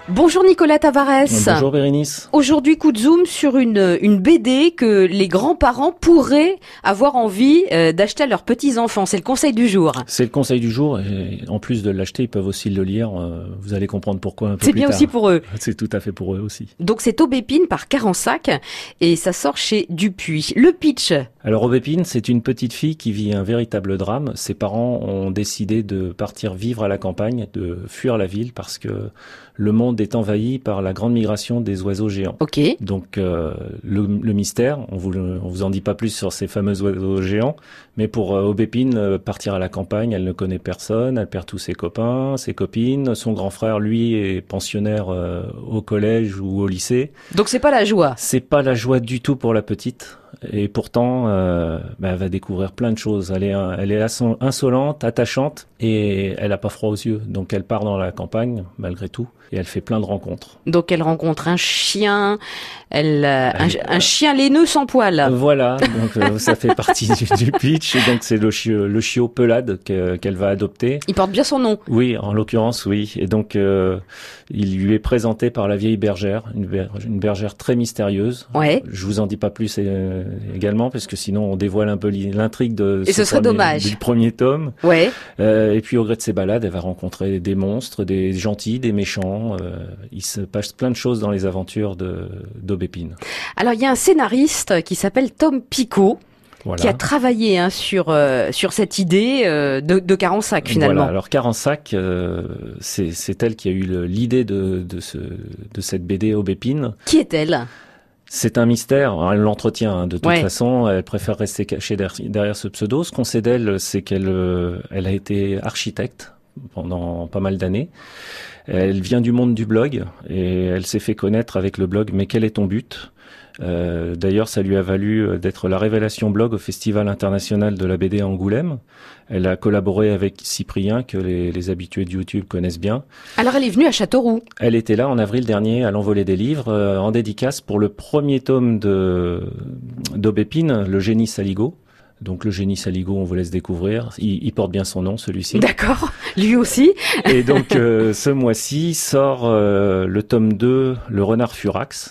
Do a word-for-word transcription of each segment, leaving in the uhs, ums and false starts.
Bonjour Nicolas Tavares. Bonjour Bérénice. Aujourd'hui, coup de zoom sur une, une B D que les grands-parents pourraient avoir envie euh, d'acheter à leurs petits-enfants. C'est le conseil du jour. C'est le conseil du jour et en plus de l'acheter, ils peuvent aussi le lire. Euh, vous allez comprendre pourquoi un peu C'est plus bien tard. aussi pour eux. C'est tout à fait pour eux aussi. Donc c'est Aubépine par Carensac et ça sort chez Dupuis. Le pitch. Alors Aubépine, c'est une petite fille qui vit un véritable drame. Ses parents ont décidé de partir vivre à la campagne, de fuir la ville parce que le monde est envahi par la grande migration des oiseaux géants. Ok. Donc euh, le, le mystère, on vous, on vous en dit pas plus sur ces fameux oiseaux géants, mais pour euh, Aubépine, euh, partir à la campagne, elle ne connaît personne, elle perd tous ses copains, ses copines. Son grand frère, lui, est pensionnaire euh, au collège ou au lycée. Donc c'est pas la joie. C'est pas la joie du tout pour la petite. Et pourtant, euh, bah, elle va découvrir plein de choses. Elle est, elle est insolente, attachante, et elle a pas froid aux yeux. Donc elle part dans la campagne, malgré tout, et elle fait plein de rencontres. Donc elle rencontre un chien, elle, euh, un, elle, un chien laineux sans poils. Voilà, donc euh, ça fait partie du, du pitch. Et donc c'est le chiot, le chiot Pelade que, qu'elle va adopter. Il porte bien son nom. Oui, en l'occurrence, oui. Et donc euh, il lui est présenté par la vieille bergère, une, ber, une bergère très mystérieuse. Ouais. Je vous en dis pas plus. Euh, également parce que sinon on dévoile un peu l'intrigue de et ce serait premier, dommage du premier tome. Ouais. Euh, et puis au gré de ses balades, elle va rencontrer des monstres, des gentils, des méchants. Euh, il se passe plein de choses dans les aventures de d'Aubépine. Alors il y a un scénariste qui s'appelle Tom Picot. Voilà. Qui a travaillé hein, sur euh, sur cette idée euh, de, de Carensac finalement. Voilà. Alors Carensac, euh, c'est c'est elle qui a eu l'idée de de ce de cette B D Aubépine. Qui est-elle? C'est un mystère, elle l'entretient hein, de toute ouais. façon, elle préfère rester cachée derrière, derrière ce pseudo. Ce qu'on sait d'elle, c'est qu'elle euh, elle a été architecte pendant pas mal d'années. Elle vient du monde du blog et elle s'est fait connaître avec le blog « Mais quel est ton but ?» Euh, d'ailleurs, ça lui a valu d'être la révélation blog au Festival international de la B D à Angoulême. Elle a collaboré avec Cyprien, que les, les habitués de YouTube connaissent bien. Alors, elle est venue à Châteauroux. Elle était là en avril dernier à l'Envolée des livres, euh, en dédicace pour le premier tome de d'Aubépine, Le Génie Saligaud. Donc le Génie Saligaud, on vous laisse découvrir. Il, il porte bien son nom, celui-ci. D'accord, lui aussi. Et donc euh, ce mois-ci sort euh, le tome deux, Le Renard Furax.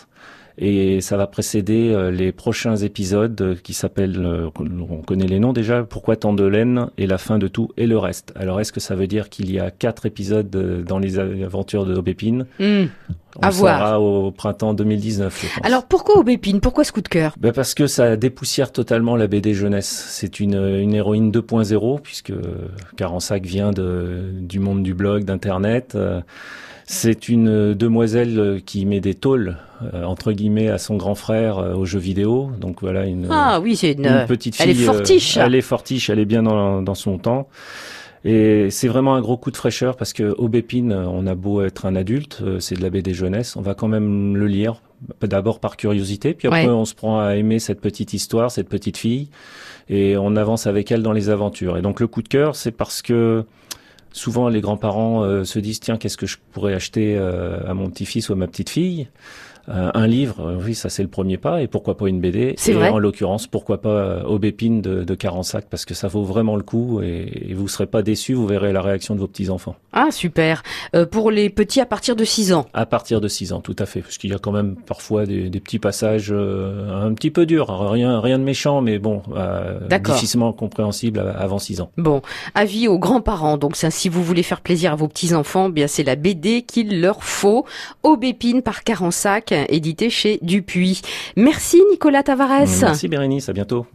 Et ça va précéder euh, les prochains épisodes euh, qui s'appellent, euh, on connaît les noms déjà, Pourquoi tant de laine et La fin de tout et le reste. Alors est-ce que ça veut dire qu'il y a quatre épisodes euh, dans les aventures de Aubépine? mmh. On à voir. saura au printemps deux mille dix-neuf, je pense. Alors pourquoi Aubépine? Pourquoi ce coup de cœur? Ben parce que ça dépoussière totalement la B D jeunesse. C'est une, une héroïne deux point zéro puisque Carensac vient de, du monde du blog, d'internet. C'est une demoiselle qui met des taules euh, entre guillemets à son grand frère euh, aux jeux vidéo. Donc voilà une, ah, oui, c'est une, une petite fille. Elle est fortiche. Euh, elle est fortiche, elle est bien dans, dans son temps. Et c'est vraiment un gros coup de fraîcheur parce que Aubépine, on a beau être un adulte, c'est de la B D jeunesse, on va quand même le lire. D'abord par curiosité, puis après ouais. on se prend à aimer cette petite histoire, cette petite fille, et on avance avec elle dans les aventures. Et donc le coup de cœur, c'est parce que souvent les grands-parents euh, se disent tiens, qu'est-ce que je pourrais acheter euh, à mon petit-fils ou à ma petite-fille? Euh, un livre, euh, oui, ça c'est le premier pas, et pourquoi pas une B D? C'est et vrai. En l'occurrence, pourquoi pas euh, Aubépine de, de Carensac, parce que ça vaut vraiment le coup, et, et vous serez pas déçus, vous verrez la réaction de vos petits-enfants. Ah, super. Euh, pour les petits à partir de six ans? À partir de six ans, tout à fait, parce qu'il y a quand même parfois des, des petits passages euh, un petit peu durs, rien, rien de méchant, mais bon, euh, difficilement compréhensible avant six ans. Bon, avis aux grands-parents, donc ça, si vous voulez faire plaisir à vos petits-enfants, bien c'est la B D qu'il leur faut. Aubépine par Carensac, édité chez Dupuis. Merci Nicolas Tavares. Merci Bérénice, à bientôt.